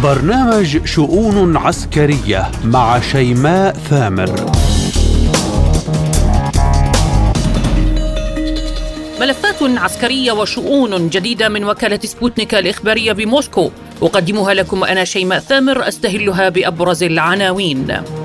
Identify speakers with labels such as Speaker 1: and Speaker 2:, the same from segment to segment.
Speaker 1: برنامج شؤون عسكرية مع شيماء ثامر.
Speaker 2: ملفات عسكرية وشؤون جديدة من وكالة سبوتنيك الإخبارية بموسكو، أقدمها لكم أنا شيماء ثامر، أستهلها بأبرز العناوين.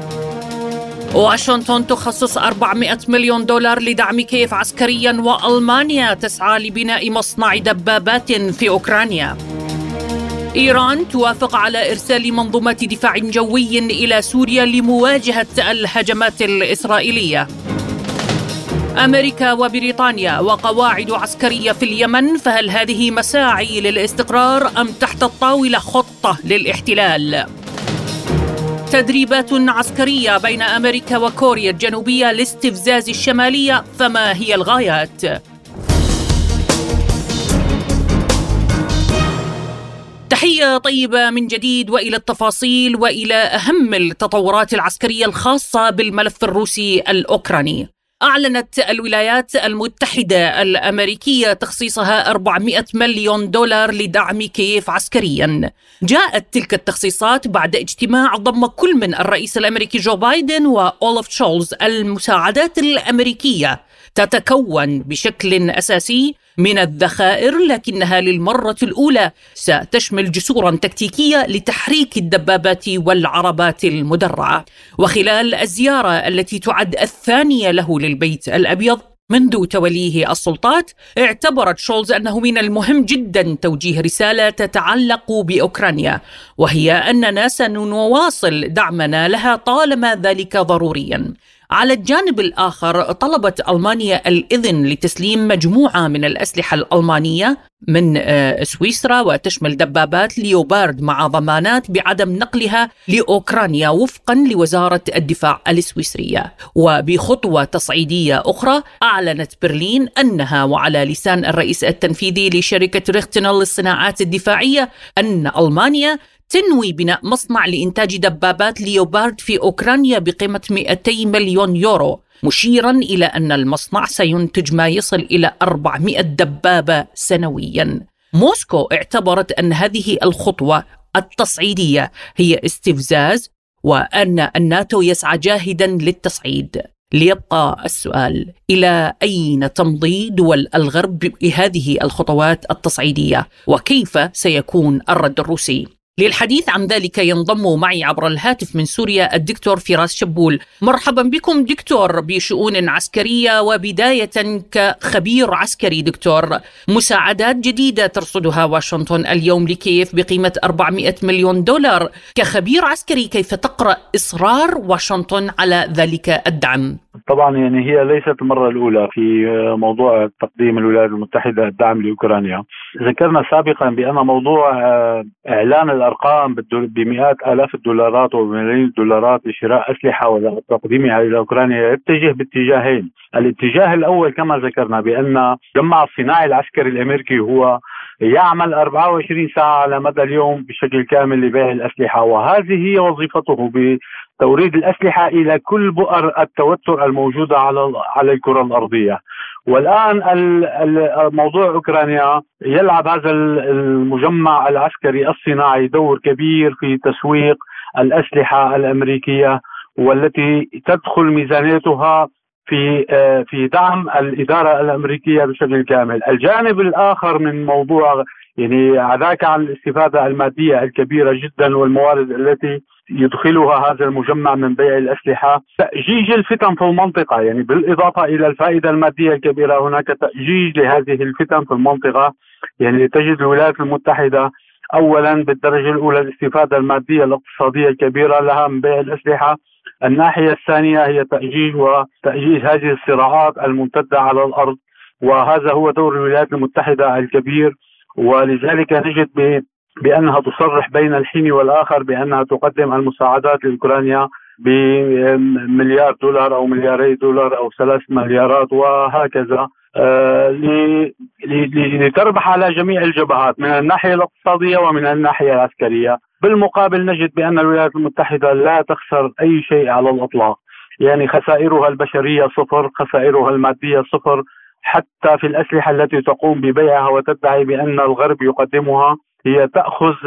Speaker 2: واشنطن تخصص 400 مليون دولار لدعم كييف عسكريا، وألمانيا تسعى لبناء مصنع دبابات في أوكرانيا. إيران توافق على إرسال منظومات دفاع جوي إلى سوريا لمواجهة الهجمات الإسرائيلية. أمريكا وبريطانيا وقواعد عسكرية في اليمن، فهل هذه مساعي للاستقرار أم تحت الطاولة خطة للاحتلال؟ تدريبات عسكرية بين أمريكا وكوريا الجنوبية لاستفزاز الشمالية، فما هي الغايات؟ تحية طيبة من جديد، وإلى التفاصيل وإلى أهم التطورات العسكرية الخاصة بالملف الروسي الأوكراني. أعلنت الولايات المتحدة الأمريكية تخصيصها 400 مليون دولار لدعم كييف عسكريا. جاءت تلك التخصيصات بعد اجتماع ضم كل من الرئيس الأمريكي جو بايدن وأولف شولز. المساعدات الأمريكية تتكون بشكل أساسي من الذخائر، لكنها للمرة الأولى ستشمل جسورا تكتيكية لتحريك الدبابات والعربات المدرعة. وخلال الزيارة التي تعد الثانية له للبيت الأبيض منذ توليه السلطات، اعتبرت شولز أنه من المهم جدا توجيه رسالة تتعلق بأوكرانيا، وهي أننا سنواصل دعمنا لها طالما ذلك ضروريا. على الجانب الآخر، طلبت ألمانيا الإذن لتسليم مجموعة من الأسلحة الألمانية من سويسرا، وتشمل دبابات ليوبارد مع ضمانات بعدم نقلها لأوكرانيا وفقا لوزارة الدفاع السويسرية. وبخطوة تصعيدية أخرى، أعلنت برلين أنها وعلى لسان الرئيس التنفيذي لشركة ريختنل للصناعات الدفاعية أن ألمانيا تنوي بناء مصنع لإنتاج دبابات ليوبارد في أوكرانيا بقيمة 200 مليون يورو، مشيرا إلى أن المصنع سينتج ما يصل إلى 400 دبابة سنويا. موسكو اعتبرت أن هذه الخطوة التصعيدية هي استفزاز، وأن الناتو يسعى جاهدا للتصعيد. ليبقى السؤال: إلى أين تمضي دول الغرب بهذه الخطوات التصعيدية؟ وكيف سيكون الرد الروسي؟ للحديث عن ذلك ينضم معي عبر الهاتف من سوريا الدكتور فراس شبول. مرحبا بكم دكتور بشؤون عسكرية. وبداية كخبير عسكري دكتور، مساعدات جديدة ترصدها واشنطن اليوم لكييف بقيمة 400 مليون دولار. كخبير عسكري، كيف تقرأ إصرار واشنطن على ذلك الدعم؟
Speaker 3: طبعا هي ليست المرة الأولى في موضوع تقديم الولايات المتحدة الدعم لأوكرانيا. ذكرنا سابقا بأن موضوع إعلان الأرقام بمئات آلاف الدولارات وبملايين الدولارات لشراء أسلحة وتقديمها إلى أوكرانيا يتجه باتجاهين. الاتجاه الأول كما ذكرنا بأن جمع الصناعي العسكري الأمريكي هو يعمل 24 ساعة على مدى اليوم بشكل كامل لبيع الأسلحة، وهذه هي وظيفته بتوريد الأسلحة إلى كل بؤر التوتر الموجودة على الكرة الأرضية. والآن موضوع أوكرانيا يلعب هذا المجمع العسكري الصناعي دور كبير في تسويق الأسلحة الأمريكية، والتي تدخل ميزانيتها في دعم الإدارة الأمريكية بشكل كامل. الجانب الآخر من موضوع عداك عن الاستفادة المادية الكبيرة جدا والموارد التي يدخلها هذا المجمع من بيع الأسلحة، تأجيج الفتن في المنطقة. بالإضافة إلى الفائدة المادية الكبيرة، هناك تأجيج لهذه الفتن في المنطقة. تجد الولايات المتحدة أولا بالدرجة الأولى الاستفادة المادية الاقتصادية الكبيرة لها من بيع الأسلحة. الناحية الثانية هي تأجيج هذه الصراعات الممتدة على الأرض، وهذا هو دور الولايات المتحدة الكبير. ولذلك نجد بأنها تصرح بين الحين والآخر بأنها تقدم المساعدات لأوكرانيا بمليار دولار أو ملياري دولار أو 3 مليارات وهكذا، لتربح على جميع الجبهات من الناحية الاقتصادية ومن الناحية العسكرية. بالمقابل نجد بأن الولايات المتحدة لا تخسر أي شيء على الإطلاق. خسائرها البشرية صفر، خسائرها المادية صفر، حتى في الأسلحة التي تقوم ببيعها وتدعي بأن الغرب يقدمها، هي تأخذ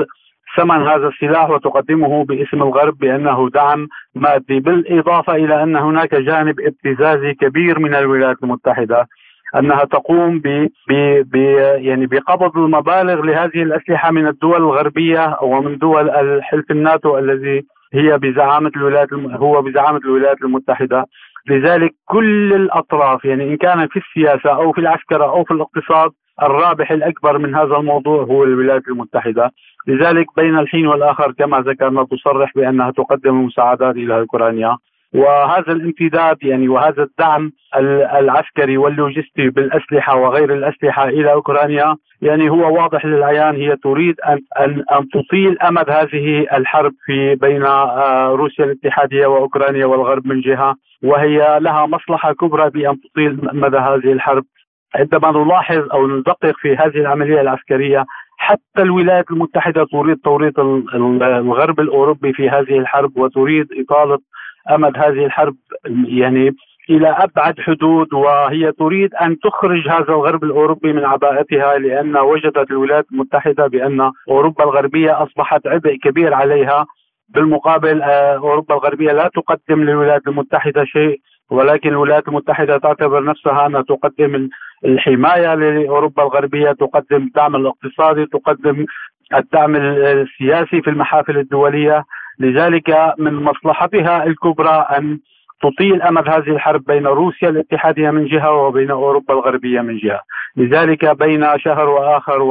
Speaker 3: ثمن هذا السلاح وتقدمه باسم الغرب بأنه دعم مادي، بالإضافة إلى أن هناك جانب ابتزازي كبير من الولايات المتحدة، أنها تقوم يعني بقبض المبالغ لهذه الأسلحة من الدول الغربية ومن دول الحلف الناتو الذي هي بزعامة الولايات المتحدة. لذلك كل الأطراف، يعني إن كان في السياسة أو في العسكرة أو في الاقتصاد، الرابح الأكبر من هذا الموضوع هو الولايات المتحدة. لذلك بين الحين والآخر كما ذكرنا تصرح بأنها تقدم المساعدات إلى أوكرانيا، وهذا الامتداد يعني وهذا الدعم العسكري واللوجستي بالأسلحة وغير الأسلحة إلى أوكرانيا يعني هو واضح للعيان. هي تريد أن تطيل أمد هذه الحرب بين روسيا الاتحادية وأوكرانيا والغرب من جهة، وهي لها مصلحة كبرى بأن تطيل مدى هذه الحرب. عندما نلاحظ أو ندقق في هذه العملية العسكرية، حتى الولايات المتحدة تريد توريط الغرب الأوروبي في هذه الحرب، وتريد إطالة أمد هذه الحرب يعني إلى أبعد حدود، وهي تريد أن تخرج هذا الغرب الأوروبي من عباءتها، لأن وجدت الولايات المتحدة بأن أوروبا الغربية أصبحت عبء كبير عليها. بالمقابل أوروبا الغربية لا تقدم للولايات المتحدة شيء، ولكن الولايات المتحدة تعتبر نفسها أنها تقدم الحماية لأوروبا الغربية، تقدم الدعم الاقتصادي، تقدم الدعم السياسي في المحافل الدولية. لذلك من مصلحتها الكبرى أن تطيل أمد هذه الحرب بين روسيا الاتحادية من جهة وبين أوروبا الغربية من جهة. لذلك بين شهر وآخر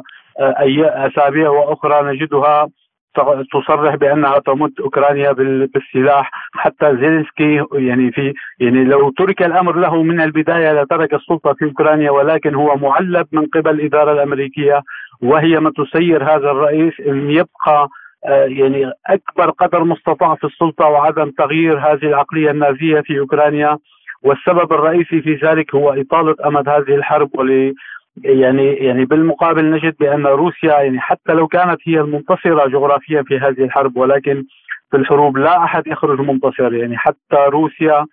Speaker 3: وأسابيع وأخرى نجدها تصرح بأنها تمد أوكرانيا بالسلاح. حتى زيلينسكي يعني لو ترك الأمر له من البداية لترك السلطة في أوكرانيا، ولكن هو معلب من قبل الإدارة الأمريكية، وهي من تسير هذا الرئيس أن يبقى يعني أكبر قدر مستطاع في السلطة وعدم تغيير هذه العقلية النازية في أوكرانيا. والسبب الرئيسي في ذلك هو إطالة أمد هذه الحرب. يعني بالمقابل نجد بأن روسيا يعني حتى لو كانت هي المنتصرة جغرافيا في هذه الحرب، ولكن في الحروب لا أحد يخرج منتصر. يعني حتى روسيا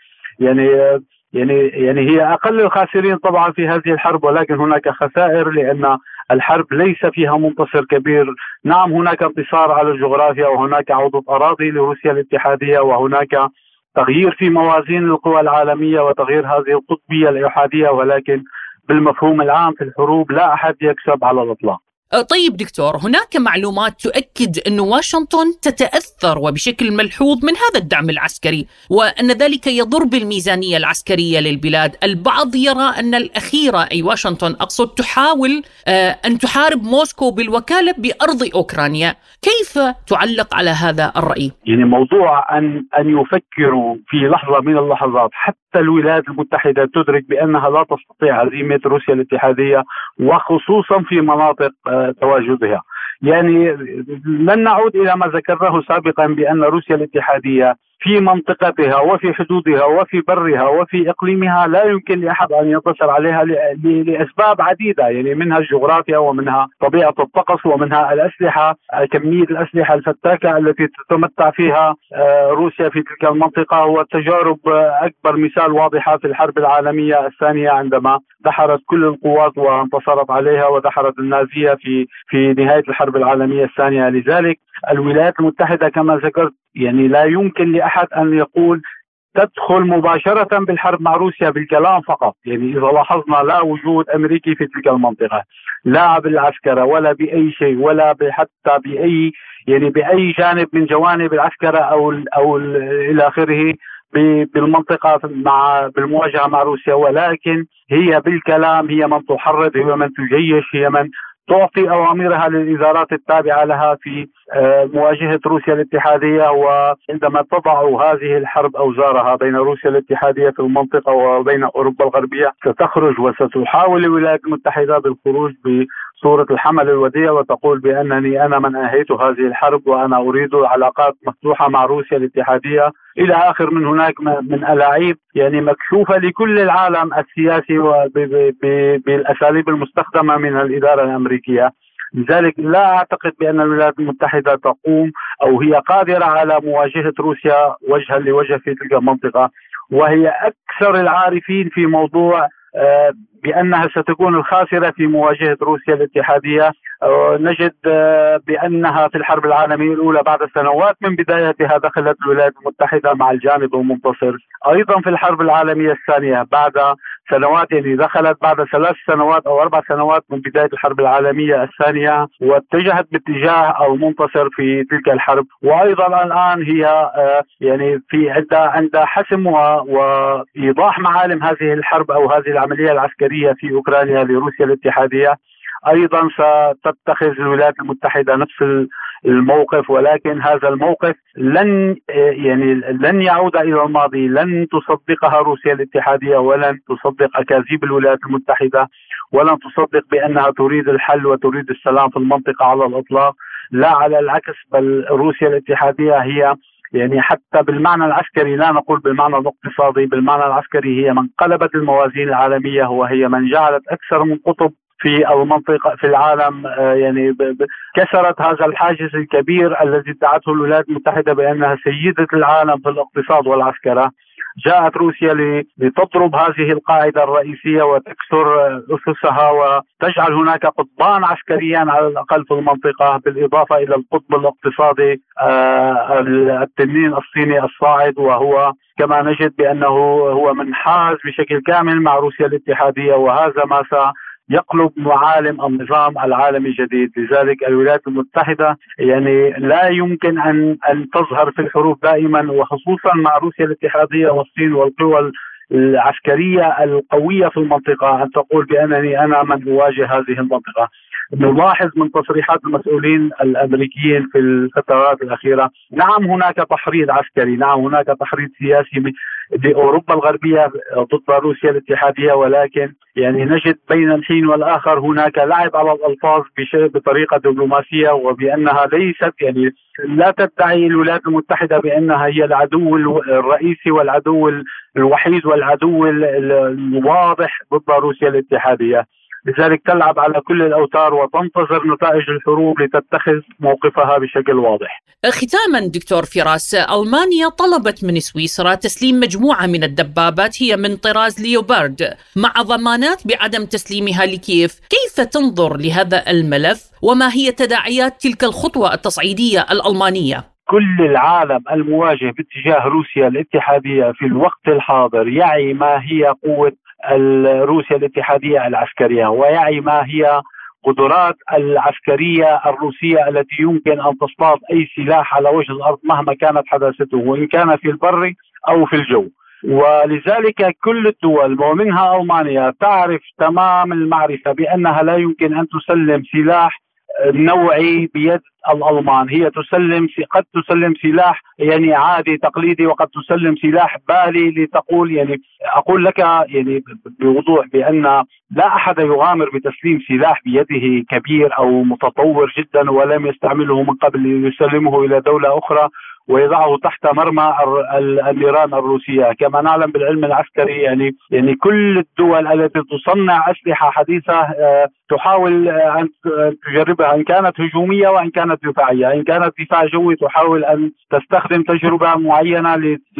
Speaker 3: يعني هي أقل الخاسرين طبعا في هذه الحرب، ولكن هناك خسائر لأن الحرب ليس فيها منتصر كبير. نعم هناك انتصار على الجغرافيا، وهناك عودة أراضي لروسيا الاتحادية، وهناك تغيير في موازين القوى العالمية وتغيير هذه القطبية الإلحادية، ولكن بالمفهوم العام في الحروب لا أحد يكسب على الإطلاق.
Speaker 2: طيب دكتور، هناك معلومات تؤكد أن واشنطن تتأثر وبشكل ملحوظ من هذا الدعم العسكري، وأن ذلك يضر بالميزانية العسكرية للبلاد. البعض يرى أن الأخيرة أي واشنطن أقصد تحاول أن تحارب موسكو بالوكالة بأرض أوكرانيا. كيف تعلق على هذا الرأي؟
Speaker 3: يعني موضوع أن يفكروا في لحظة من اللحظات حتى الولايات المتحدة تدرك بأنها لا تستطيع هزيمة روسيا الاتحادية، وخصوصا في مناطق تواجدها. يعني لن نعود إلى ما ذكرناه سابقا بأن روسيا الاتحادية في منطقتها وفي حدودها وفي برها وفي إقليمها لا يمكن لأحد أن ينتصر عليها لأسباب عديدة، يعني منها الجغرافيا ومنها طبيعة الطقس ومنها الأسلحة، كمية الأسلحة الفتاكة التي تتمتع فيها روسيا في تلك المنطقة. والتجارب أكبر مثال واضحة في الحرب العالمية الثانية عندما دحرت كل القوات وانتصرت عليها ودحرت النازية في نهاية الحرب العالمية الثانية. لذلك الولايات المتحدة كما ذكرت يعني لا يمكن لأحد أن يقول تدخل مباشرة بالحرب مع روسيا بالكلام فقط. يعني إذا لاحظنا لا وجود أمريكي في تلك المنطقة، لا بالعسكرة ولا بأي شيء، ولا حتى بأي جانب من جوانب العسكرة أو إلى آخره بالمنطقة بالمواجهة مع روسيا. ولكن هي بالكلام هي من تحرض، هي من تجيش، هي من تعطي أوامرها للإدارات التابعة لها في مواجهة روسيا الاتحادية. وعندما تضع هذه الحرب أوزارها بين روسيا الاتحادية في المنطقة وبين أوروبا الغربية، ستخرج وستحاول الولايات المتحدة بالخروج بصورة الحمل الوديع وتقول بأنني أنا من أنهيت هذه الحرب وأنا أريد علاقات مفتوحة مع روسيا الاتحادية إلى آخر من هناك من ألاعيب يعني مكشوفة لكل العالم السياسي بالأساليب المستخدمة من الإدارة الأمريكية. لذلك لا أعتقد بأن الولايات المتحدة تقوم أو هي قادرة على مواجهة روسيا وجها لوجه في تلك المنطقة، وهي أكثر العارفين في موضوع بأنها ستكون الخاسرة في مواجهة روسيا الاتحادية. نجد بأنها في الحرب العالمية الأولى بعد سنوات من بدايتها دخلت الولايات المتحدة مع الجانب المنتصر. أيضا في الحرب العالمية الثانية بعد سنوات، يعني دخلت بعد 3 سنوات أو 4 سنوات من بداية الحرب العالمية الثانية، واتجهت باتجاه المنتصر في تلك الحرب. وأيضا الآن هي يعني في عند حسم وإيضاح معالم هذه الحرب أو هذه العملية العسكرية في أوكرانيا لروسيا الاتحادية. أيضا ستتخذ الولايات المتحدة نفس الموقف، ولكن هذا الموقف لن يعود إلى الماضي. لن تصدقها روسيا الاتحادية، ولن تصدق أكاذيب الولايات المتحدة، ولن تصدق بأنها تريد الحل وتريد السلام في المنطقة على الإطلاق. لا، على العكس، بل روسيا الاتحادية هي يعني حتى بالمعنى العسكري، لا نقول بالمعنى الاقتصادي، بالمعنى العسكري هي من قلبت الموازين العالمية، وهي من جعلت أكثر من قطب في المنطقة في العالم. يعني كسرت هذا الحاجز الكبير الذي ادعته الولايات المتحدة بأنها سيدة العالم في الاقتصاد والعسكرة. جاءت روسيا لتضرب هذه القاعدة الرئيسية وتكسر أسسها وتجعل هناك قطبان عسكريان على الأقل في المنطقة، بالإضافة إلى القطب الاقتصادي التنين الصيني الصاعد، وهو كما نجد بأنه هو منحاز بشكل كامل مع روسيا الاتحادية، وهذا ما يقلب معالم النظام العالمي الجديد. لذلك الولايات المتحدة يعني لا يمكن أن تظهر في الحروب دائما، وخصوصا مع روسيا الاتحادية والصين والقوى العسكرية القوية في المنطقة، أن تقول أنا من أواجه هذه المنطقة. نلاحظ من تصريحات المسؤولين الأمريكيين في الفترات الأخيرة، نعم هناك تحريض عسكري، نعم هناك تحريض سياسي لأوروبا الغربية ضد روسيا الاتحادية، ولكن يعني نجد بين الحين والآخر هناك لعب على الألفاظ بطريقة دبلوماسية، وبأنها ليست يعني لا تدعي الولايات المتحدة بأنها هي العدو الرئيسي والعدو الوحيد والعدو الواضح ضد روسيا الاتحادية. لذلك تلعب على كل الأوتار وتنتظر نتائج الحروب لتتخذ موقفها بشكل واضح.
Speaker 2: ختاما دكتور فراس، ألمانيا طلبت من سويسرا تسليم مجموعة من الدبابات هي من طراز ليوبارد مع ضمانات بعدم تسليمها لكييف. كيف تنظر لهذا الملف وما هي تداعيات تلك الخطوة التصعيدية الألمانية؟
Speaker 3: كل العالم المواجه باتجاه روسيا الاتحادية في الوقت الحاضر يعي ما هي قوة روسيا الاتحادية العسكرية، ويعي ما هي قدرات العسكرية الروسية التي يمكن أن تصطاد أي سلاح على وجه الأرض مهما كانت حداثته، وإن كان في البر أو في الجو. ولذلك كل الدول ومنها ألمانيا تعرف تمام المعرفة بأنها لا يمكن أن تسلم سلاح نوعي بيد الألمان. هي قد تسلم سلاح يعني عادي تقليدي، وقد تسلم سلاح بالي لتقول يعني أقول لك يعني بوضوح بأن لا أحد يغامر بتسليم سلاح بيده كبير أو متطور جدا ولم يستعمله من قبل يسلمه إلى دولة أخرى ويضعه تحت مرمى النيران الروسية. كما نعلم بالعلم العسكري يعني كل الدول التي تصنع أسلحة حديثة تحاول أن تجربها، إن كانت هجومية وإن كانت دفاعية. إن كانت دفاع جوي تحاول أن تستخدم تجربة معينة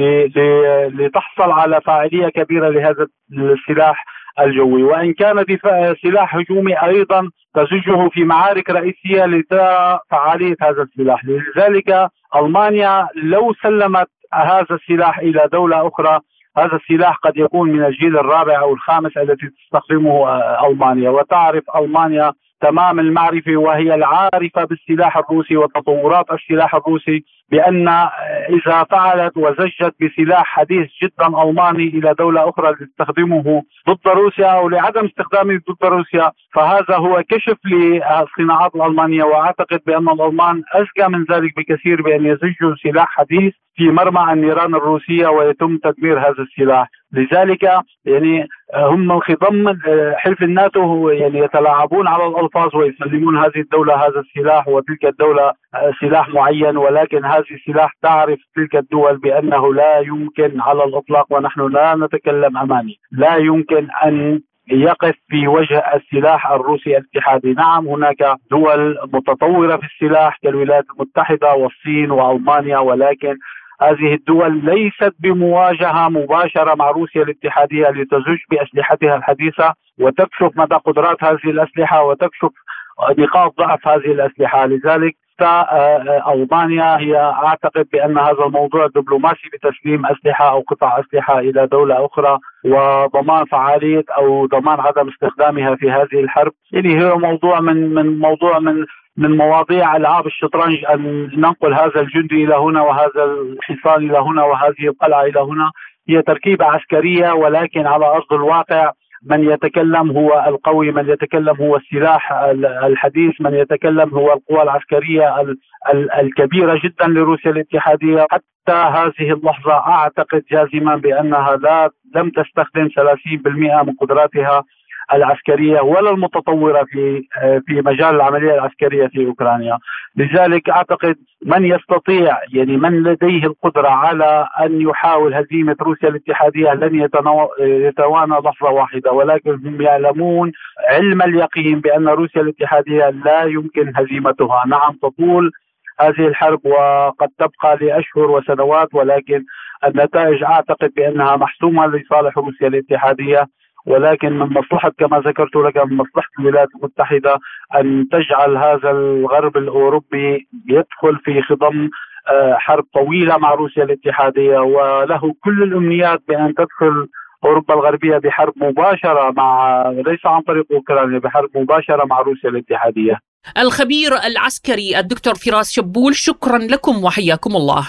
Speaker 3: لتحصل على فاعلية كبيرة لهذا السلاح الجوي، وإن كان سلاح هجومي أيضا تزجه في معارك رئيسية لفعالية هذا السلاح. لذلك ألمانيا لو سلمت هذا السلاح إلى دولة أخرى، هذا السلاح قد يكون من الجيل الرابع أو الخامس التي تستخدمه ألمانيا. وتعرف ألمانيا تمام المعرفة وهي العارفة بالسلاح الروسي وتطورات السلاح الروسي، بأن إذا فعلت وزجت بسلاح حديث جدا ألماني إلى دولة أخرى لتستخدمه ضد روسيا أو لعدم استخدامه ضد روسيا، فهذا هو كشف للصناعات الألمانية. وأعتقد بأن الألمان أذكى من ذلك بكثير بأن يزجوا سلاح حديث في مرمى النيران الروسية ويتم تدمير هذا السلاح. لذلك يعني هم خضم حلف الناتو يعني يتلاعبون على الألفاظ ويسلمون هذه الدولة هذا السلاح وتلك الدولة سلاح معين، ولكن هذه السلاح تعرف تلك الدول بأنه لا يمكن على الإطلاق، ونحن لا نتكلم أماني، لا يمكن أن يقف في وجه السلاح الروسي الاتحادي. نعم هناك دول متطورة في السلاح كالولايات المتحدة والصين وألمانيا، ولكن هذه الدول ليست بمواجهة مباشرة مع روسيا الاتحادية لتزج بأسلحتها الحديثة وتكشف مدى قدرات هذه الأسلحة وتكشف نقاط ضعف هذه الأسلحة. لذلك ألمانيا هي أعتقد بأن هذا الموضوع دبلوماسي بتسليم أسلحة أو قطع أسلحة إلى دولة أخرى وضمان فعالية أو ضمان عدم استخدامها في هذه الحرب. يعني هو موضوع من مواضيع ألعاب الشطرنج، أن ننقل هذا الجندي إلى هنا وهذا الحصان إلى هنا وهذه القلعة إلى هنا. هي تركيبة عسكرية، ولكن على أرض الواقع من يتكلم هو القوي، من يتكلم هو السلاح الحديث، من يتكلم هو القوى العسكرية الكبيرة جدا لروسيا الاتحادية. حتى هذه اللحظة أعتقد جازما بأنها لم تستخدم 30% من قدراتها العسكرية ولا المتطورة في مجال العملية العسكرية في أوكرانيا. لذلك أعتقد من يستطيع، يعني من لديه القدرة على أن يحاول هزيمة روسيا الاتحادية لن يتوانى لحظة واحدة، ولكن هم يعلمون علم اليقين بأن روسيا الاتحادية لا يمكن هزيمتها. نعم تطول هذه الحرب وقد تبقى لأشهر وسنوات، ولكن النتائج أعتقد بأنها محسومة لصالح روسيا الاتحادية، ولكن من مصلحة كما ذكرت لك من مصلحة الولايات المتحدة أن تجعل هذا الغرب الأوروبي يدخل في خضم حرب طويلة مع روسيا الاتحادية، وله كل الأمنيات بأن تدخل أوروبا الغربية بحرب مباشرة ليس عن طريق أوكرانيا، بحرب مباشرة مع روسيا الاتحادية.
Speaker 2: الخبير العسكري الدكتور فراس شبول، شكرا لكم وحياكم الله.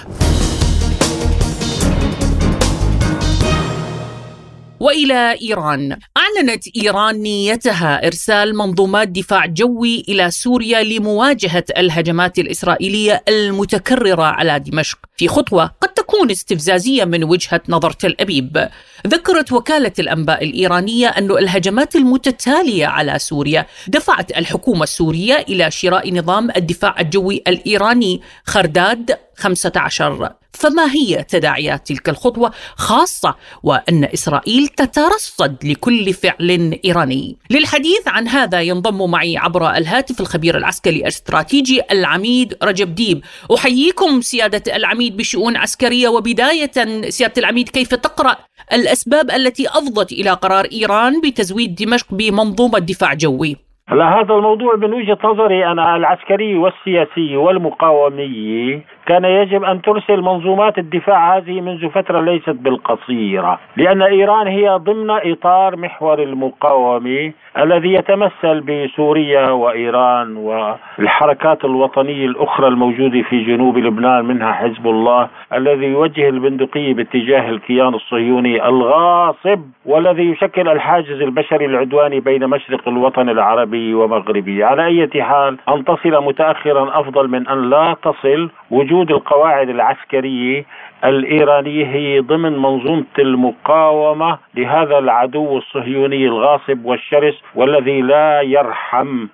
Speaker 2: وإلى إيران، أعلنت إيران نيتها إرسال منظومات دفاع جوي إلى سوريا لمواجهة الهجمات الإسرائيلية المتكررة على دمشق، في خطوة قد تكون استفزازية من وجهة نظر تل أبيب. ذكرت وكالة الأنباء الإيرانية أن الهجمات المتتالية على سوريا دفعت الحكومة السورية إلى شراء نظام الدفاع الجوي الإيراني خرداد 15. فما هي تداعيات تلك الخطوة، خاصة وأن إسرائيل تترصد لكل فعل إيراني؟ للحديث عن هذا ينضم معي عبر الهاتف الخبير العسكري الاستراتيجي العميد رجب ديب. أحييكم سيادة العميد بشؤون عسكرية، وبداية سيادة العميد كيف تقرأ الأسباب التي أفضت إلى قرار إيران بتزويد دمشق بمنظومة دفاع جوي؟
Speaker 4: هذا الموضوع من وجهة نظري أنا العسكري والسياسي والمقاومي كان يجب أن ترسل منظومات الدفاع هذه منذ فترة ليست بالقصيرة، لأن إيران هي ضمن إطار محور المقاومة الذي يتمثل بسوريا وإيران والحركات الوطنية الأخرى الموجودة في جنوب لبنان، منها حزب الله الذي يوجه البندقية باتجاه الكيان الصهيوني الغاصب والذي يشكل الحاجز البشري العدواني بين مشرق الوطن العربي ومغربي. على أي حال أن تصل متأخرا أفضل من أن لا تصل. وجود القواعد العسكرية الإيرانية هي ضمن منظومة المقاومة لهذا العدو الصهيوني الغاصب والشرس والذي لا يرحم.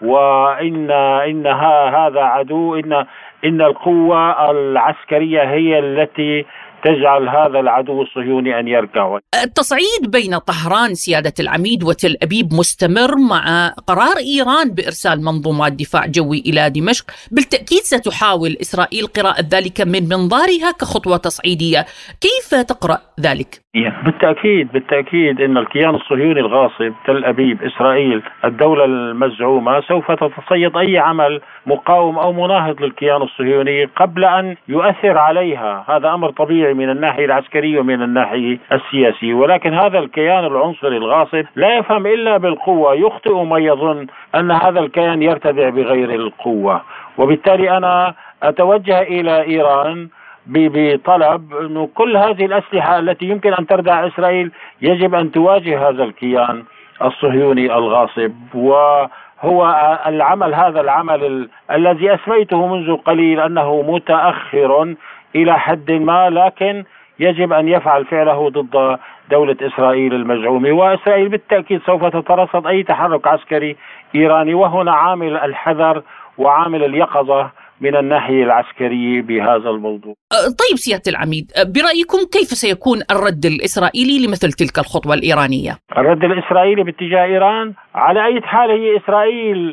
Speaker 4: هذا عدو، إن القوة العسكرية هي التي تجعل هذا العدو الصهيوني أن يركع.
Speaker 2: التصعيد بين طهران سيادة العميد وتل أبيب مستمر مع قرار إيران بإرسال منظومات دفاع جوي إلى دمشق. بالتأكيد ستحاول إسرائيل قراءة ذلك من منظارها كخطوة تصعيدية. كيف تقرأ ذلك؟
Speaker 4: بالتأكيد إن الكيان الصهيوني الغاصب تل أبيب إسرائيل الدولة المزعومة سوف تتصيد أي عمل مقاوم أو مناهض للكيان الصهيوني قبل أن يؤثر عليها. هذا أمر طبيعي من الناحية العسكرية ومن الناحية السياسية، ولكن هذا الكيان العنصري الغاصب لا يفهم إلا بالقوة. يخطئ من يظن أن هذا الكيان يرتدع بغير القوة، وبالتالي أنا أتوجه إلى إيران بطلب أنه كل هذه الأسلحة التي يمكن أن تردع إسرائيل يجب أن تواجه هذا الكيان الصهيوني الغاصب. وهو هذا العمل الذي أسميته منذ قليل أنه متأخر إلى حد ما، لكن يجب أن يفعل فعله ضد دولة إسرائيل المزعومة. وإسرائيل بالتأكيد سوف تترصد أي تحرك عسكري إيراني، وهنا عامل الحذر وعامل اليقظة من الناحية العسكرية بهذا الموضوع.
Speaker 2: طيب سيادة العميد، برأيكم كيف سيكون الرد الإسرائيلي لمثل تلك الخطوة الإيرانية؟
Speaker 4: الرد الإسرائيلي باتجاه إيران على أي حال هي إسرائيل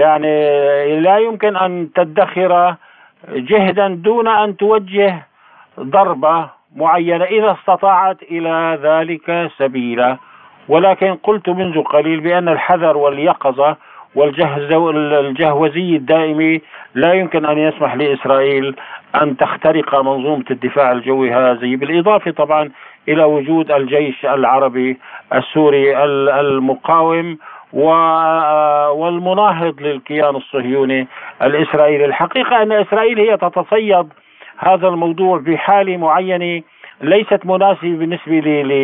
Speaker 4: يعني لا يمكن أن تدخر جهدا دون أن توجه ضربة معينة إذا استطاعت إلى ذلك سبيلا. ولكن قلت منذ قليل بأن الحذر واليقظة والجهوزي الدائمي لا يمكن أن يسمح لإسرائيل أن تخترق منظومة الدفاع الجوي هذه، بالإضافة طبعا إلى وجود الجيش العربي السوري المقاوم والمناهض للكيان الصهيوني الإسرائيلي. الحقيقة أن إسرائيل هي تتصيد هذا الموضوع بحالة معينة ليست مناسبة بالنسبة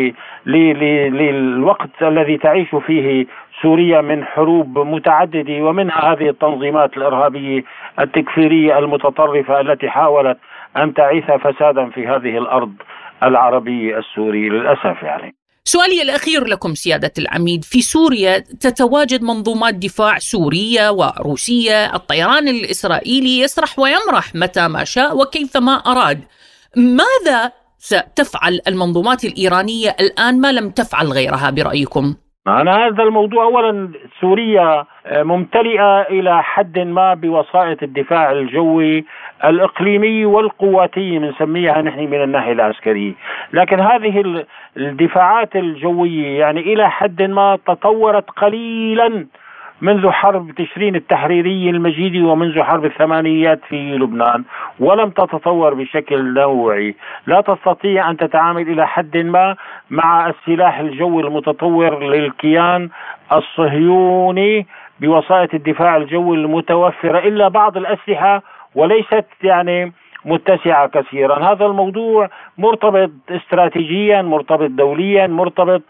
Speaker 4: للوقت الذي تعيش فيه سوريا من حروب متعددة، ومنها هذه التنظيمات الإرهابية التكفيرية المتطرفة التي حاولت أن تعيث فسادا في هذه الأرض العربية السورية للأسف. يعني
Speaker 2: سؤالي الأخير لكم سيادة العميد، في سوريا تتواجد منظومات دفاع سورية وروسية، الطيران الإسرائيلي يسرح ويمرح متى ما شاء وكيفما أراد. ماذا ستفعل المنظومات الإيرانية الآن ما لم تفعل غيرها برأيكم؟
Speaker 4: أنا هذا الموضوع، أولا سوريا ممتلئة إلى حد ما بوسائط الدفاع الجوي الإقليمي والقواتي بنسميها نحن من الناحية العسكرية، لكن هذه الدفاعات الجوية يعني إلى حد ما تطورت قليلا منذ حرب تشرين التحريري المجيدي ومنذ حرب الثمانينات في لبنان، ولم تتطور بشكل نوعي. لا تستطيع أن تتعامل إلى حد ما مع السلاح الجوي المتطور للكيان الصهيوني بوسائط الدفاع الجوي المتوفرة إلا بعض الأسلحة، وليست يعني متسعة كثيرا. هذا الموضوع مرتبط استراتيجيا، مرتبط دوليا، مرتبط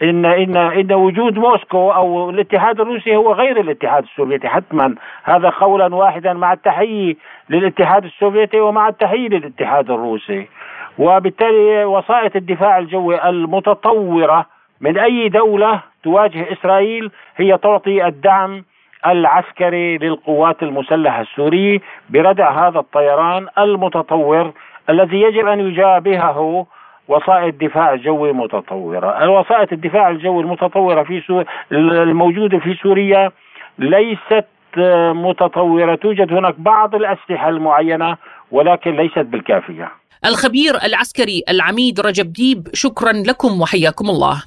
Speaker 4: إن وجود موسكو أو الاتحاد الروسي هو غير الاتحاد السوفيتي حتما، هذا قولا واحدا مع التحية للاتحاد السوفيتي ومع التحية للاتحاد الروسي. وبالتالي وسائط الدفاع الجوي المتطورة من أي دولة تواجه إسرائيل هي تعطي الدعم العسكري للقوات المسلحة السورية بردع هذا الطيران المتطور الذي يجب أن يجابهه وسائط دفاع جوي متطورة. الوسائط الدفاع الجوي المتطورة الموجودة في سوريا ليست متطورة، توجد هناك بعض الأسلحة المعينة ولكن ليست بالكافية.
Speaker 2: الخبير العسكري العميد رجب ديب، شكرا لكم وحياكم الله.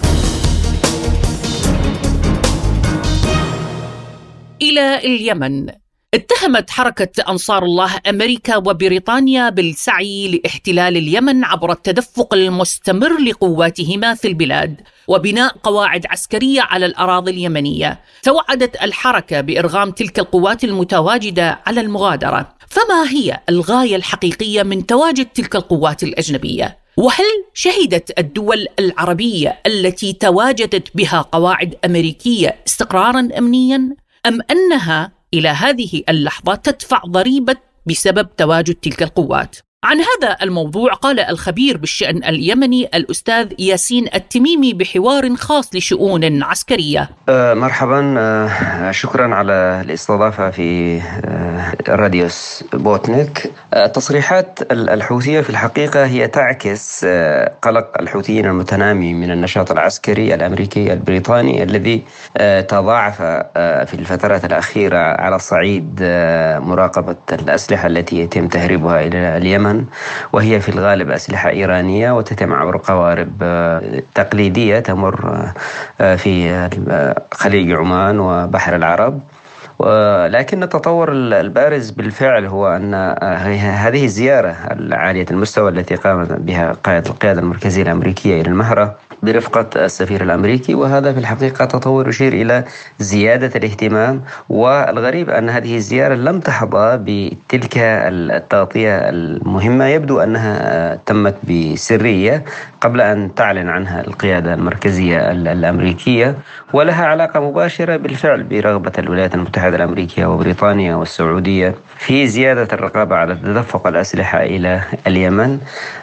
Speaker 2: إلى اليمن. اتهمت حركة أنصار الله أمريكا وبريطانيا بالسعي لاحتلال اليمن عبر التدفق المستمر لقواتهما في البلاد وبناء قواعد عسكرية على الأراضي اليمنية. توعدت الحركة بإرغام تلك القوات المتواجدة على المغادرة. فما هي الغاية الحقيقية من تواجد تلك القوات الأجنبية؟ وهل شهدت الدول العربية التي تواجدت بها قواعد أمريكية استقراراً أمنياً؟ أم أنها إلى هذه اللحظة تدفع ضريبة بسبب تواجد تلك القوات؟ عن هذا الموضوع قال الخبير بالشأن اليمني الأستاذ ياسين التميمي بحوار خاص لشؤون عسكرية.
Speaker 5: مرحبا، شكرا على الاستضافة في راديو سبوتنيك. تصريحات الحوثية في الحقيقة هي تعكس قلق الحوثيين المتنامي من النشاط العسكري الأمريكي البريطاني الذي تضاعف في الفترات الأخيرة على صعيد مراقبة الأسلحة التي يتم تهريبها إلى اليمن، وهي في الغالب أسلحة إيرانية وتتم عبر قوارب تقليدية تمر في خليج عمان وبحر العرب. لكن التطور البارز بالفعل هو أن هذه الزيارة العالية المستوى التي قام بها قائد القيادة المركزية الأمريكية إلى المهرة برفقة السفير الأمريكي، وهذا في الحقيقة تطور يشير إلى زيادة الاهتمام. والغريب أن هذه الزيارة لم تحظى بتلك التغطية المهمة، يبدو أنها تمت بسرية قبل أن تعلن عنها القيادة المركزية الأمريكية، ولها علاقة مباشرة بالفعل برغبة الولايات المتحدة الأمريكية وبريطانيا والسعودية في زيادة الرقابة على تدفق الأسلحة إلى اليمن.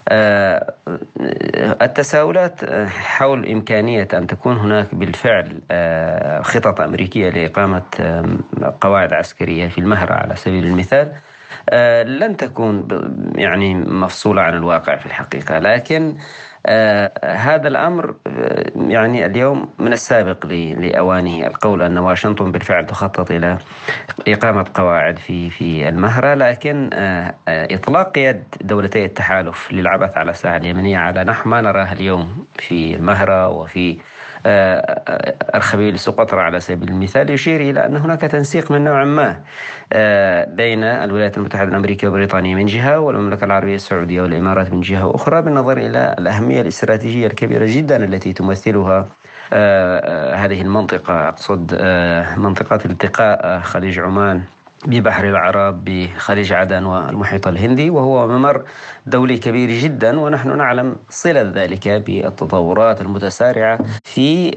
Speaker 5: التساؤلات حول إمكانية أن تكون هناك بالفعل خطط أمريكية لإقامة قواعد عسكرية في المهرة على سبيل المثال لن تكون يعني مفصولة عن الواقع في الحقيقة، لكن هذا الأمر يعني اليوم من السابق لأوانه القول أن واشنطن بالفعل تخطط إلى إقامة قواعد في المهرة، لكن إطلاق يد دولتي التحالف للعبث على الساحة اليمنية على نحو ما نراه اليوم في المهرة وفي أرخبيل سقطرى على سبيل المثال يشير إلى أن هناك تنسيق من نوع ما بين الولايات المتحدة الأمريكية وبريطانيا من جهة والمملكة العربية السعودية والإمارات من جهة أخرى، بالنظر إلى الأهمية الاستراتيجية الكبيرة جدا التي تمثلها هذه المنطقة، أقصد منطقة التقاء خليج عمان ببحر العرب بخليج عدن والمحيط الهندي، وهو ممر دولي كبير جدا، ونحن نعلم صلة ذلك بالتطورات المتسارعة في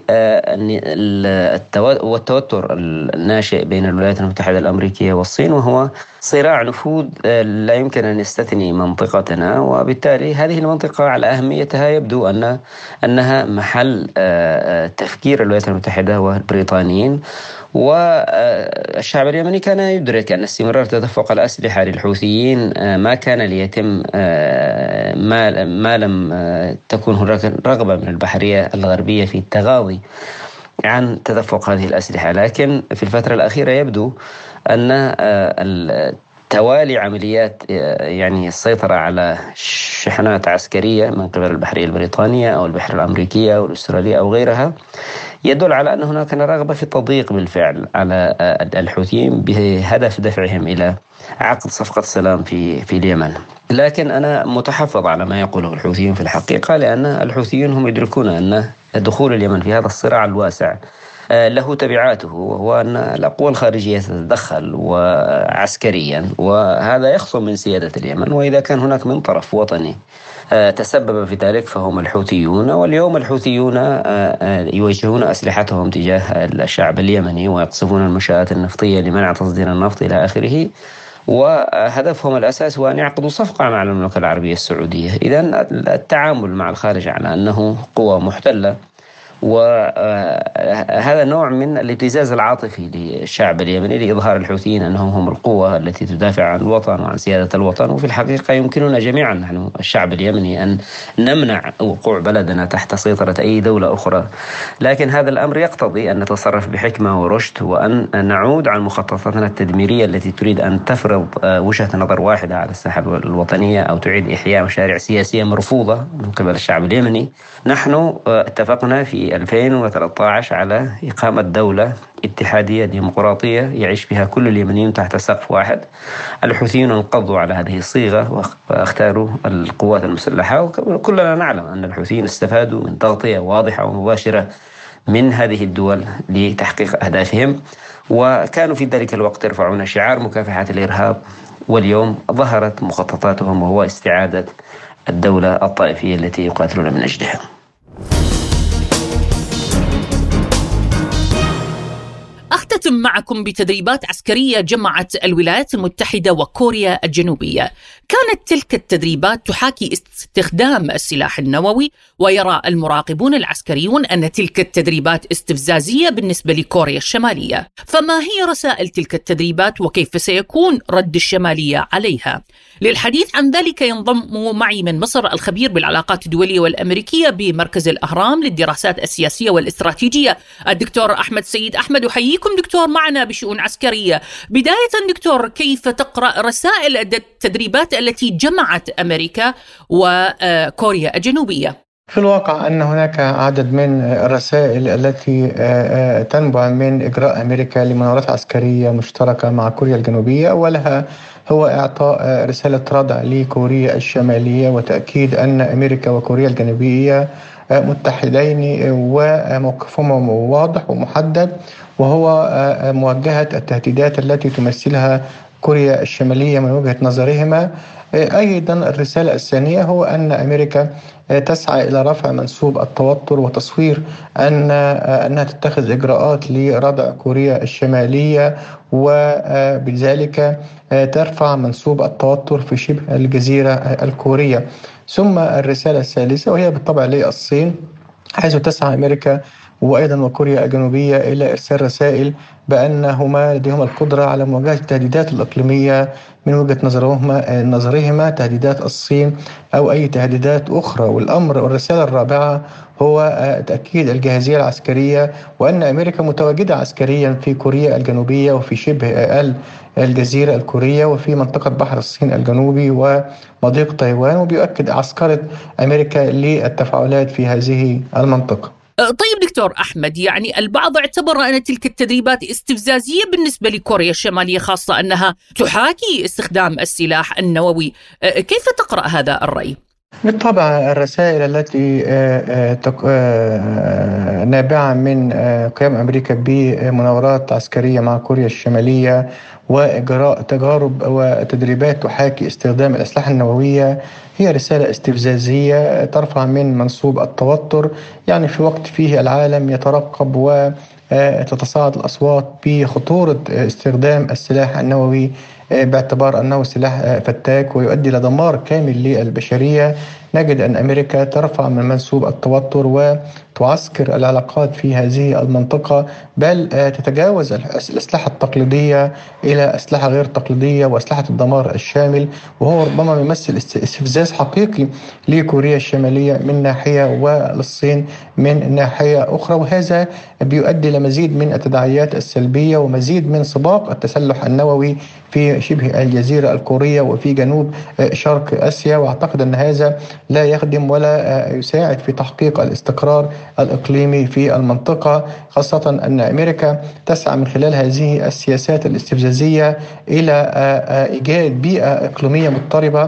Speaker 5: والتوتر الناشئ بين الولايات المتحدة الأمريكية والصين، وهو صراع نفوذ لا يمكن أن يستثني منطقتنا. وبالتالي هذه المنطقة على أهميتها يبدو أنها محل تفكير الولايات المتحدة والبريطانيين. والشعب اليمني كان يدرك أن استمرار تدفق الأسلحة للحوثيين ما كان ليتم ما لم تكون هناك رغبة من البحرية الغربية في التغاضي عن تدفق هذه الأسلحة. لكن في الفترة الأخيرة يبدو أن توالي عمليات يعني السيطرة على شحنات عسكرية من قبل البحرية البريطانية أو البحرية الأمريكية أو الأسترالية أو غيرها يدل على أن هناك رغبة في التضييق بالفعل على الحوثيين بهدف دفعهم إلى عقد صفقة سلام في اليمن. لكن أنا متحفظ على ما يقوله الحوثيين في الحقيقة، لأن الحوثيين هم يدركون أن دخول اليمن في هذا الصراع الواسع له تبعاته، وهو أن القوى الخارجية تتدخل وعسكريا، وهذا يخصم من سيادة اليمن. وإذا كان هناك من طرف وطني تسبب في ذلك فهم الحوثيون. واليوم الحوثيون يوجهون أسلحتهم تجاه الشعب اليمني ويقصفون المنشآت النفطية لمنع تصدير النفط إلى آخره، وهدفهم الأساس هو أن يعقدوا صفقة مع المملكة العربية السعودية. إذن التعامل مع الخارج على أنه قوة محتلة، وهذا نوع من الابتزاز العاطفي للشعب اليمني لإظهار الحوثيين أنهم هم القوة التي تدافع عن الوطن وعن سيادة الوطن. وفي الحقيقة يمكننا جميعا نحن الشعب اليمني أن نمنع وقوع بلدنا تحت سيطرة أي دولة أخرى، لكن هذا الأمر يقتضي أن نتصرف بحكمة ورشد، وأن نعود عن مخططاتنا التدميرية التي تريد أن تفرض وجهة نظر واحدة على الساحة الوطنية أو تعيد إحياء مشاريع سياسية مرفوضة من قبل الشعب اليمني. نحن اتفقنا في 2013 على إقامة دولة اتحادية ديمقراطية يعيش فيها كل اليمنيين تحت سقف واحد. الحوثيون انقضوا على هذه الصيغة واختاروا القوات المسلحة، وكلنا نعلم أن الحوثيين استفادوا من تغطية واضحة ومباشرة من هذه الدول لتحقيق أهدافهم، وكانوا في ذلك الوقت يرفعون شعار مكافحة الإرهاب. واليوم ظهرت مخططاتهم، وهو استعادة الدولة الطائفية التي يقاتلون من أجلها.
Speaker 2: أختتم معكم بتدريبات عسكرية جمعت الولايات المتحدة وكوريا الجنوبية. كانت تلك التدريبات تحاكي استخدام السلاح النووي، ويرى المراقبون العسكريون أن تلك التدريبات استفزازية بالنسبة لكوريا الشمالية. فما هي رسائل تلك التدريبات وكيف سيكون رد الشمالية عليها؟ للحديث عن ذلك ينضم معي من مصر الخبير بالعلاقات الدولية والأمريكية بمركز الأهرام للدراسات السياسية والاستراتيجية الدكتور أحمد سيد. أحمد، أحييكم دكتور معنا بشؤون عسكرية. بداية دكتور، كيف تقرأ رسائل التدريبات التي جمعت أمريكا وكوريا الجنوبية؟
Speaker 6: في الواقع أن هناك عدد من الرسائل التي تنبع من إجراء أمريكا لمناورات عسكرية مشتركة مع كوريا الجنوبية، ولها هو إعطاء رسالة ردع لكوريا الشمالية وتأكيد أن أمريكا وكوريا الجنوبية متحدين وموقفهم واضح ومحدد، وهو مواجهة التهديدات التي تمثلها كوريا الشمالية من وجهة نظرهما. أيضا الرسالة الثانية هو أن أمريكا تسعى إلى رفع منسوب التوتر وتصوير أنها تتخذ إجراءات لردع كوريا الشمالية، وبذلك ترفع منسوب التوتر في شبه الجزيرة الكورية. ثم الرسالة الثالثة وهي بالطبع للصين، حيث تسعى أمريكا وأيضا وكوريا الجنوبية إلى إرسال رسائل بأنهما لديهما القدرة على مواجهة التهديدات الإقليمية من وجهة نظرهما تهديدات الصين أو أي تهديدات أخرى. والرسالة الرابعة هو تأكيد الجاهزية العسكرية، وأن أمريكا متواجدة عسكريا في كوريا الجنوبية وفي شبه الجزيرة الكورية وفي منطقة بحر الصين الجنوبي ومضيق تايوان، وبيؤكد عسكرة أمريكا للتفاعلات في هذه المنطقة.
Speaker 2: طيب دكتور أحمد، يعني البعض اعتبر أن تلك التدريبات استفزازية بالنسبة لكوريا الشمالية، خاصة أنها تحاكي استخدام السلاح النووي. كيف تقرأ هذا الرأي؟
Speaker 6: بالطبع الرسائل التي نابعة من قيام أمريكا بمناورات عسكرية مع كوريا الشمالية وإجراء تجارب وتدريبات تحاكي استخدام الأسلحة النووية هي رسالة استفزازية ترفع من منسوب التوتر، يعني في وقت فيه العالم يترقب وتتصاعد الأصوات بخطورة استخدام السلاح النووي باعتبار أنه سلاح فتاك ويؤدي إلى دمار كامل للبشرية. نجد أن أمريكا ترفع من منسوب التوتر وتعسكر العلاقات في هذه المنطقة، بل تتجاوز الأسلحة التقليدية إلى أسلحة غير تقليدية وأسلحة الدمار الشامل، وهو ربما يمثل استفزاز حقيقي لكوريا الشمالية من ناحية وللصين من ناحية أخرى، وهذا بيؤدي لمزيد من التداعيات السلبية ومزيد من سباق التسلح النووي في شبه الجزيرة الكورية وفي جنوب شرق آسيا. وأعتقد أن هذا لا يخدم ولا يساعد في تحقيق الاستقرار الإقليمي في المنطقة، خاصة أن أمريكا تسعى من خلال هذه السياسات الاستفزازية إلى إيجاد بيئة إقليمية مضطربة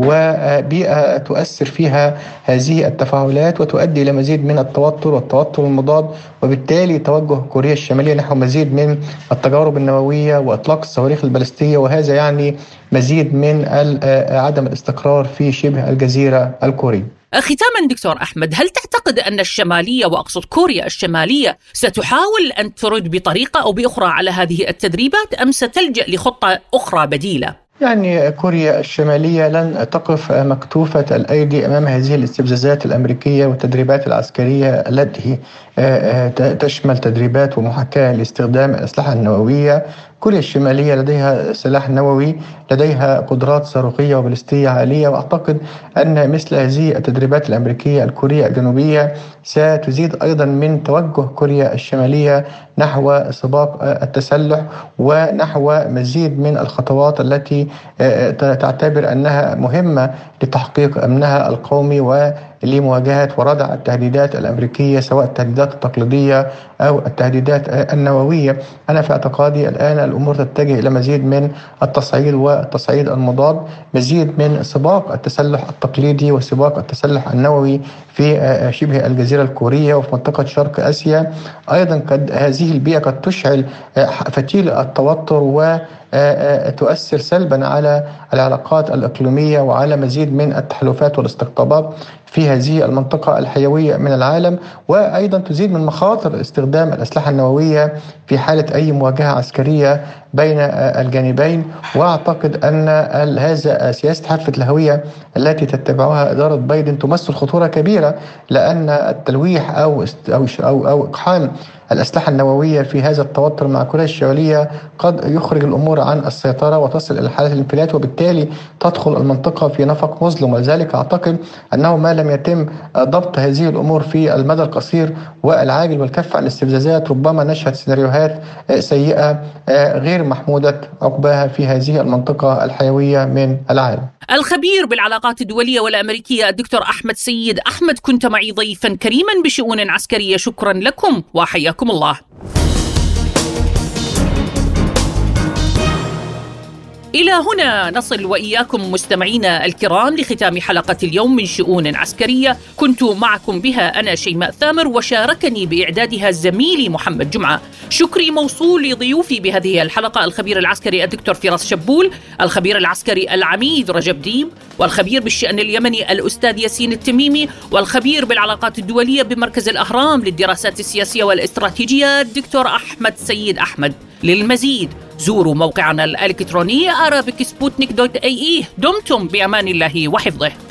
Speaker 6: وبيئة تؤثر فيها هذه التفاعلات وتؤدي إلى مزيد من التوتر المضاد، وبالتالي توجه كوريا الشمالية نحو مزيد من التجارب النووية وإطلاق الصواريخ البالستية، وهذا يعني مزيد من عدم الاستقرار في شبه الجزيرة الكورية.
Speaker 2: ختاما دكتور أحمد، هل تعتقد أن الشمالية، وأقصد كوريا الشمالية، ستحاول أن ترد بطريقة أو بأخرى على هذه التدريبات أم ستلجأ لخطة أخرى بديلة؟
Speaker 6: يعني كوريا الشمالية لن تقف مكتوفة الأيدي أمام هذه الاستفزازات الأمريكية والتدريبات العسكرية التي تشمل تدريبات ومحاكاة لاستخدام الأسلحة النووية. كوريا الشمالية لديها سلاح نووي، لديها قدرات صاروخية وبالستية عالية، وأعتقد أن مثل هذه التدريبات الأمريكية الكورية الجنوبية ستزيد أيضا من توجه كوريا الشمالية نحو سباق التسلح ونحو مزيد من الخطوات التي تعتبر أنها مهمة لتحقيق أمنها القومي ولمواجهة وردع التهديدات الأمريكية، سواء التهديدات التقليدية أو التهديدات النووية. أنا في اعتقادي الآن الأمور تتجه إلى مزيد من التصعيد والتصعيد المضاد، مزيد من سباق التسلح التقليدي وسباق التسلح النووي في شبه الجزيرة الكورية وفي منطقة شرق آسيا. أيضا قد هذه البيئة قد تشعل فتيل التوتر وتؤثر سلبا على العلاقات الإقليمية وعلى مزيد من التحالفات والاستقطابات في هذه المنطقة الحيوية من العالم، وأيضا تزيد من مخاطر استخدام الأسلحة النووية في حالة أي مواجهة عسكرية بين الجانبين. وأعتقد أن هذا سياسة حافة الهوية التي تتبعها إدارة بايدن تمثل خطورة كبيرة، لأن التلويح أو إقحام الأسلحة النووية في هذا التوتر مع كوريا الشمالية قد يخرج الأمور عن السيطرة وتصل إلى حالة الانفلات، وبالتالي تدخل المنطقة في نفق مظلم. ولذلك أعتقد أنه ما لم يتم ضبط هذه الأمور في المدى القصير والعاجل والكف عن الاستفزازات ربما نشهد سيناريوهات سيئة غير محمودة عقباها في هذه المنطقة الحيوية من العالم.
Speaker 2: الخبير بالعلاقات الدولية والأمريكية الدكتور أحمد سيد أحمد، كنت معي ضيفا كريما بشؤون عسكرية، شكرا لكم وحياكم الله. إلى هنا نصل وإياكم مستمعينا الكرام لختام حلقة اليوم من شؤون عسكرية، كنت معكم بها أنا شيماء ثامر، وشاركني بإعدادها زميلي محمد جمعة. شكري موصول لضيوفي بهذه الحلقة: الخبير العسكري الدكتور فراس شبول، الخبير العسكري العميد رجب ديب، والخبير بالشأن اليمني الأستاذ ياسين التميمي، والخبير بالعلاقات الدولية بمركز الأهرام للدراسات السياسية والاستراتيجية الدكتور أحمد سيد أحمد. للمزيد زوروا موقعنا الإلكتروني arabicsputnik.ae. دمتم بأمان الله وحفظه.